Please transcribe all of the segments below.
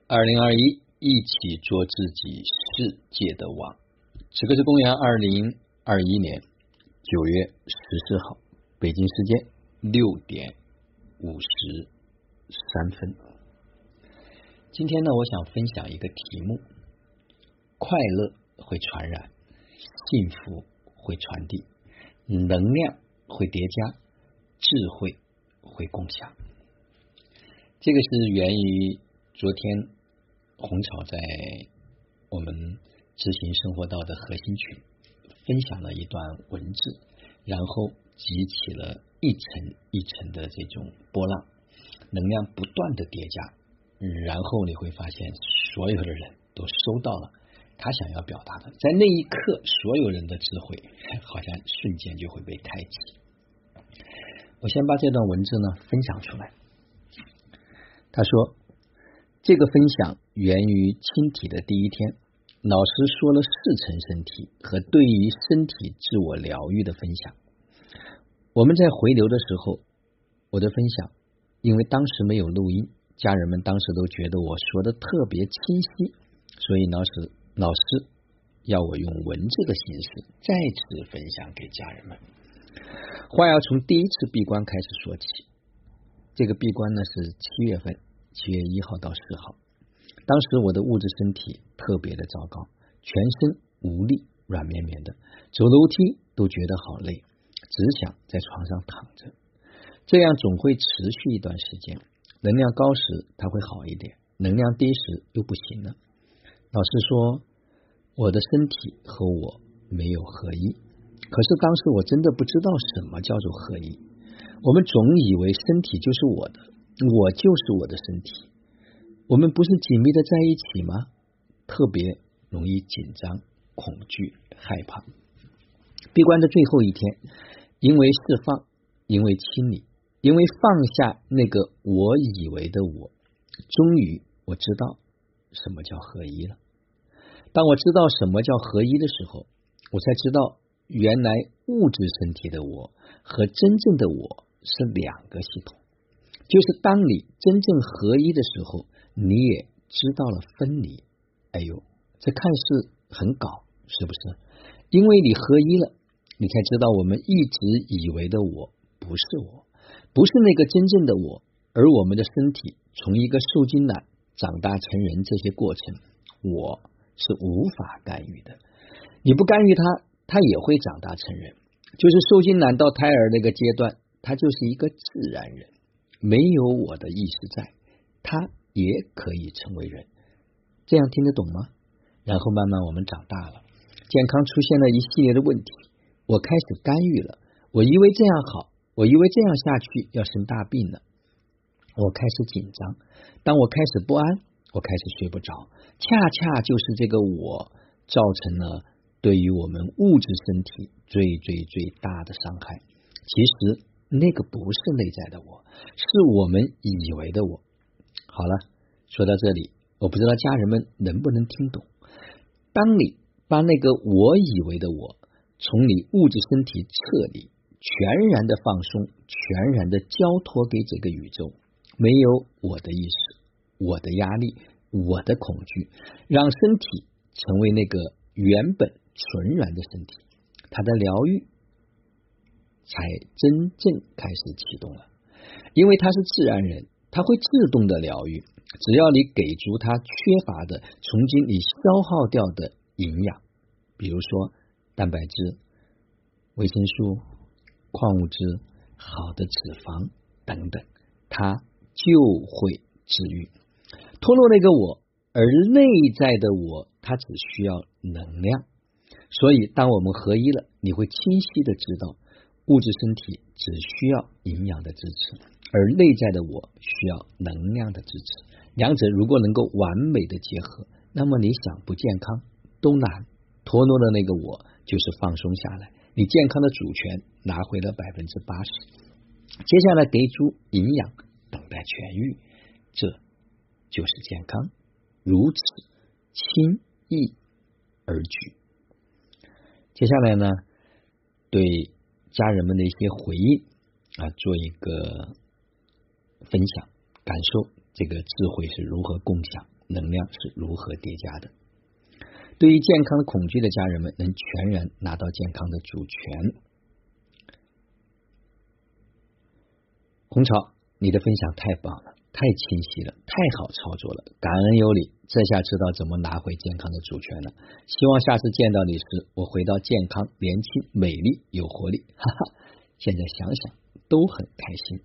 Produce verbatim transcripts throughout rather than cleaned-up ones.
二零二一，一起做自己世界的王。此刻是公元二零二一年九月十四号，北京时间六点五十三分。今天呢，我想分享一个题目：快乐会传染，幸福会传递，能量会叠加，智慧会共享。这个是源于昨天红草在我们知行生活道的核心群分享了一段文字，然后激起了一层一层的这种波浪，能量不断的叠加，然后你会发现所有的人都收到了他想要表达的，在那一刻所有人的智慧好像瞬间就会被开启。我先把这段文字呢分享出来。他说，这个分享源于亲体的第一天，老师说了四层身体和对于身体自我疗愈的分享。我们在回流的时候，我的分享因为当时没有录音，家人们当时都觉得我说的特别清晰，所以老师老师要我用文字的形式再次分享给家人们。话要从第一次闭关开始说起。这个闭关呢是七月份，七月一号到四号。当时我的物质身体特别的糟糕，全身无力，软绵绵的，走楼梯都觉得好累，只想在床上躺着。这样总会持续一段时间，能量高时它会好一点，能量低时又不行了。老师说我的身体和我没有合一，可是当时我真的不知道什么叫做合一。我们总以为身体就是我的，我就是我的身体，我们不是紧密的在一起吗？特别容易紧张、恐惧、害怕。闭关的最后一天，因为释放，因为清理，因为放下那个我以为的我，终于我知道什么叫合一了。当我知道什么叫合一的时候，我才知道原来物质身体的我和真正的我是两个系统。就是当你真正合一的时候，你也知道了分离。哎呦，这看似很搞，是不是？因为你合一了，你才知道我们一直以为的我不是我，不是那个真正的我，而我们的身体从一个受精卵长大成人这些过程，我是无法干预的。你不干预它，它也会长大成人。就是受精卵到胎儿那个阶段，它就是一个自然人，没有我的意识在，他也可以成为人。这样听得懂吗？然后慢慢我们长大了，健康出现了一系列的问题，我开始干预了，我以为这样好，我以为这样下去要生大病了，我开始紧张，当我开始不安，我开始睡不着，恰恰就是这个我造成了对于我们物质身体最最最大的伤害。其实那个不是内在的我，是我们以为的我。好了，说到这里，我不知道家人们能不能听懂。当你把那个我以为的我从你物质身体撤离，全然的放松，全然的交托给这个宇宙，没有我的意识，我的压力，我的恐惧，让身体成为那个原本纯然的身体，它的疗愈才真正开始启动了。因为它是自然人，它会自动的疗愈，只要你给足它缺乏的，从今你消耗掉的营养，比如说蛋白质、维生素、矿物质、好的脂肪等等，它就会治愈。脱落那个我，而内在的我它只需要能量。所以当我们合一了，你会清晰的知道物质身体只需要营养的支持，而内在的我需要能量的支持。两者如果能够完美的结合，那么你想不健康都难。脱落的那个我就是放松下来，你健康的主权拿回了百分之八十。接下来给足营养，等待痊愈，这就是健康，如此轻易而举。接下来呢，对家人们的一些回应啊，做一个分享，感受这个智慧是如何共享， 能量是如何叠加的。对于健康的恐惧的家人们，能全然拿到健康的主权。红潮，你的分享太棒了，太清晰了，太好操作了，感恩有礼，这下知道怎么拿回健康的主权了。希望下次见到你时，我回到健康、年轻、美丽、有活力，哈哈！现在想想都很开心。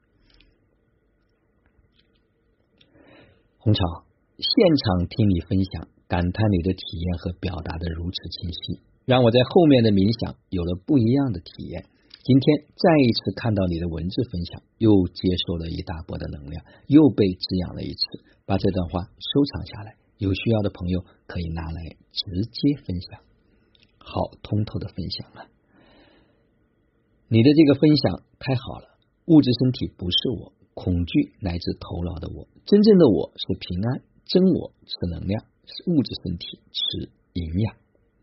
红潮，现场听你分享，感叹你的体验和表达的如此清晰，让我在后面的冥想有了不一样的体验。今天再一次看到你的文字分享，又接受了一大波的能量，又被滋养了一次。把这段话收藏下来，有需要的朋友可以拿来直接分享。好通透的分享啊！你的这个分享太好了。物质身体不是我，恐惧来自头脑的我，真正的我是平安，真我是能量，是物质身体是营养。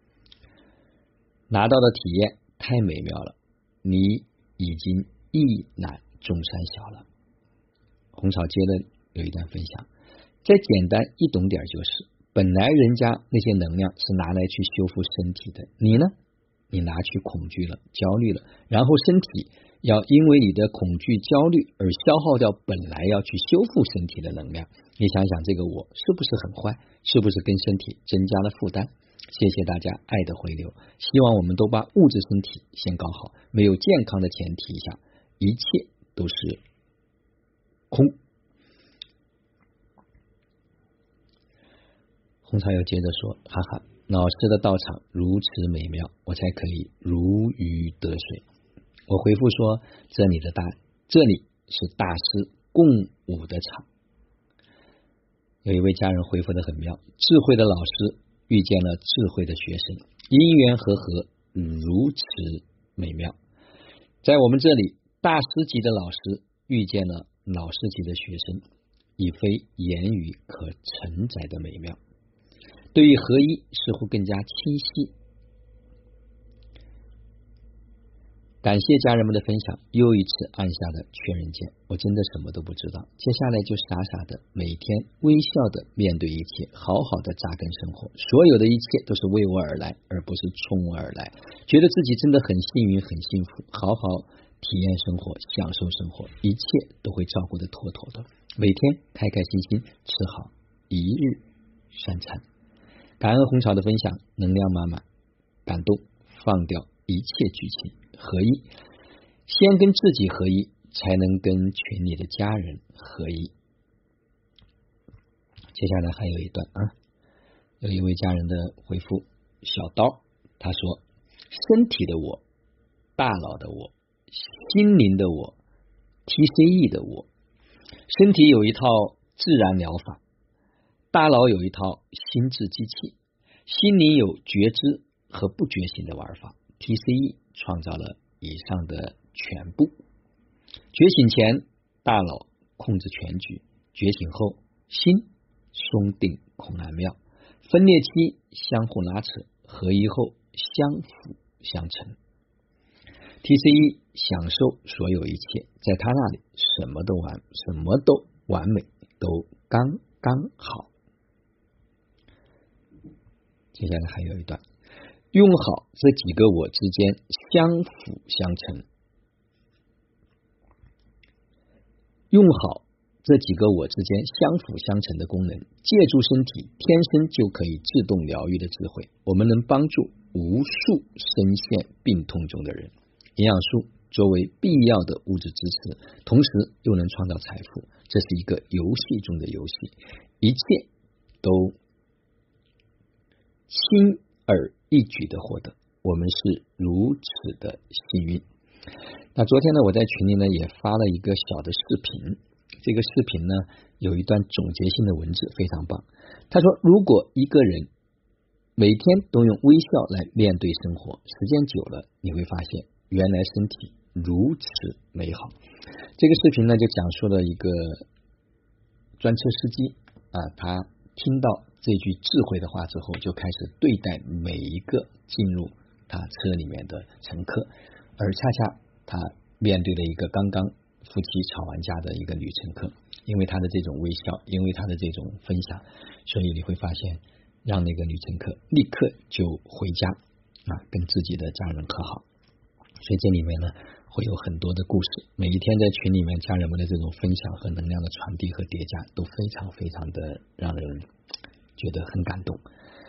拿到的体验太美妙了，你已经一览众山小了。红潮接着有一段分享，再简单易懂点就是，本来人家那些能量是拿来去修复身体的，你呢？你拿去恐惧了，焦虑了，然后身体要因为你的恐惧焦虑而消耗掉本来要去修复身体的能量。你想想这个我是不是很坏？是不是跟身体增加了负担？谢谢大家爱的回流，希望我们都把物质身体先搞好，没有健康的前提下，一切都是空。红潮又接着说，哈哈，老师的道场如此美妙，我才可以如鱼得水。我回复说，这里的大这里是大师共舞的场。有一位家人回复的很妙，智慧的老师遇见了智慧的学生，因缘和合如此美妙。在我们这里，大师级的老师遇见了老师级的学生，已非言语可承载的美妙。对于合一似乎更加清晰。感谢家人们的分享，又一次按下了确认键。我真的什么都不知道，接下来就傻傻的每天微笑的面对一切，好好的扎根生活。所有的一切都是为我而来，而不是冲我而来。觉得自己真的很幸运，很幸福，好好体验生活，享受生活，一切都会照顾得妥妥的。每天开开心心吃好一日三餐。感恩红潮的分享，能量满满，感动，放掉一切剧情，合一，先跟自己合一，才能跟群里的家人合一。接下来还有一段啊，有一位家人的回复，小刀他说，身体的我，大脑的我，心灵的我， T C E 的我。身体有一套自然疗法，大脑有一套心智机器，心灵有觉知和不觉醒的玩法。 T C E 创造了以上的全部。觉醒前大脑控制全局，觉醒后心松定空安妙，分裂期相互拉扯，合一后相辅相成。 T C E 享受所有一切，在他那里什么都完，什么都完美，都刚刚好。接下来还有一段，用好这几个我之间相辅相成，用好这几个我之间相辅相成的功能，借助身体天生就可以自动疗愈的智慧，我们能帮助无数深陷病痛中的人。营养素作为必要的物质支持，同时又能创造财富，这是一个游戏中的游戏，一切都轻而易举的获得，我们是如此的幸运。那昨天呢，我在群里呢也发了一个小的视频，这个视频呢有一段总结性的文字非常棒。他说，如果一个人每天都用微笑来面对生活，时间久了，你会发现原来身体如此美好。这个视频呢就讲述了一个专车司机啊，他听到这句智慧的话之后，就开始对待每一个进入他车里面的乘客，而恰恰他面对了一个刚刚夫妻吵完架的一个女乘客， 因为他的这种微笑，因为他的这种分享，所以你会发现让那个女乘客立刻就回家啊，跟自己的家人和好。所以这里面呢会有很多的故事，每一天在群里面家人们的这种分享和能量的传递和叠加都非常非常的让人觉得很感动。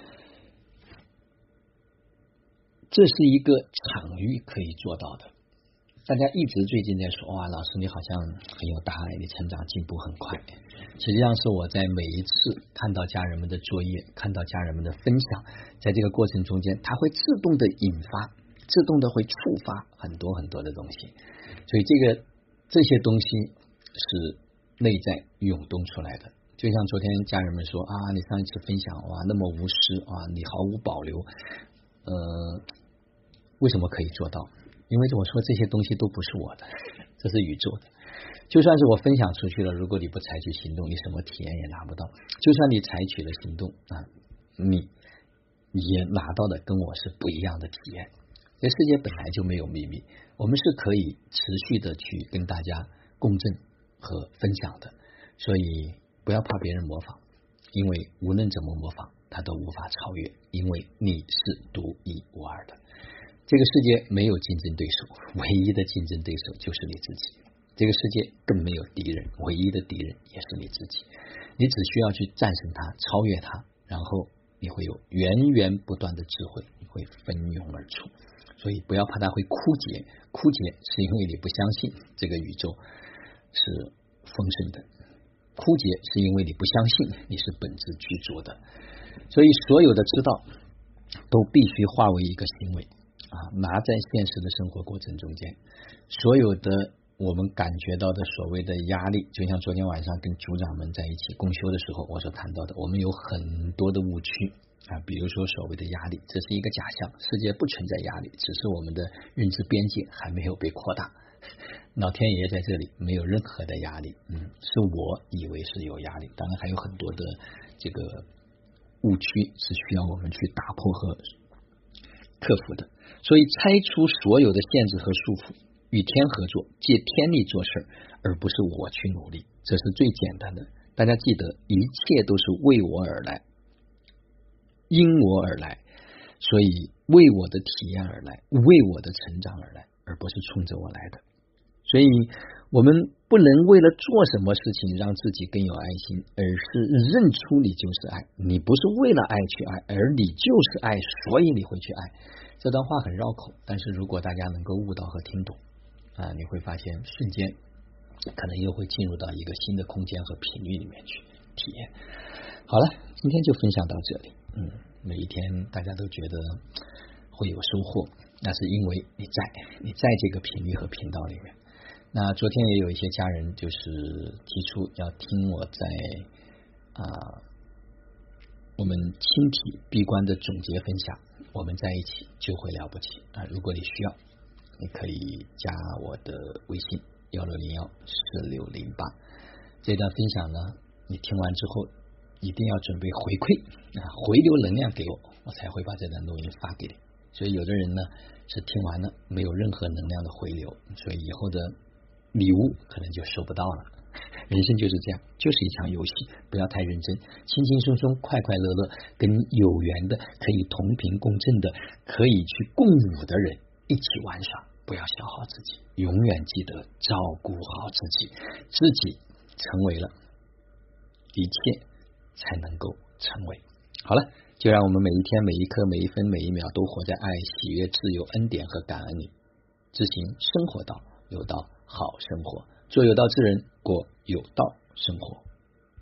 这是一个场域可以做到的。大家一直最近在说，哇，老师你好像很有大爱，你成长进步很快。实际上是我在每一次看到家人们的作业，看到家人们的分享，在这个过程中间，它会自动的引发，自动的会触发很多很多的东西。所以这个这些东西是内在涌动出来的。就像昨天家人们说啊，你上一次分享哇那么无私啊，你毫无保留，呃，为什么可以做到？因为我说这些东西都不是我的，这是宇宙的。就算是我分享出去了，如果你不采取行动，你什么体验也拿不到。就算你采取了行动啊，你也拿到的跟我是不一样的体验。这世界本来就没有秘密，我们是可以持续的去跟大家共振和分享的。所以不要怕别人模仿，因为无论怎么模仿，他都无法超越，因为你是独一无二的。这个世界没有竞争对手，唯一的竞争对手就是你自己。这个世界更没有敌人，唯一的敌人也是你自己。你只需要去战胜它，超越它，然后你会有源源不断的智慧，你会蜂拥而出。所以不要怕它会枯竭，枯竭是因为你不相信这个宇宙是丰盛的，枯竭是因为你不相信你是本质具足的。所以所有的知道都必须化为一个行为啊，拿在现实的生活过程中间，所有的我们感觉到的所谓的压力，就像昨天晚上跟组长们在一起共修的时候我所谈到的，我们有很多的误区啊，比如说所谓的压力，这是一个假象，世界不存在压力，只是我们的认知边界还没有被扩大。老天爷在这里没有任何的压力，嗯，是我以为是有压力，当然还有很多的这个误区是需要我们去打破和克服的。所以拆除所有的限制和束缚，与天合作，借天力做事，而不是我去努力，这是最简单的。大家记得，一切都是为我而来，因我而来，所以为我的体验而来，为我的成长而来，而不是冲着我来的。所以我们不能为了做什么事情让自己更有爱心，而是认出你就是爱，你不是为了爱去爱，而你就是爱，所以你会去爱。这段话很绕口，但是如果大家能够悟到和听懂啊，你会发现瞬间可能又会进入到一个新的空间和频率里面去体验。好了，今天就分享到这里。嗯，每一天大家都觉得会有收获，那是因为你在你在这个频率和频道里面。那昨天也有一些家人就是提出要听我在啊我们亲体闭关的总结分享，我们在一起就会了不起啊！如果你需要，你可以加我的微信幺六零幺四六零八。这段分享呢，你听完之后一定要准备回馈啊，回流能量给我，我才会把这段录音发给你。所以有的人呢是听完了没有任何能量的回流，所以以后的礼物可能就收不到了。人生就是这样，就是一场游戏，不要太认真，轻轻松松，快快乐乐，跟有缘的，可以同频共振的，可以去共舞的人一起玩耍，不要消耗自己，永远记得照顾好自己，自己成为了，一切才能够成为。好了，就让我们每一天每一刻每一分每一秒都活在爱、喜悦、自由、恩典和感恩里，执行生活道，有道好生活，做有道之人，过有道生活。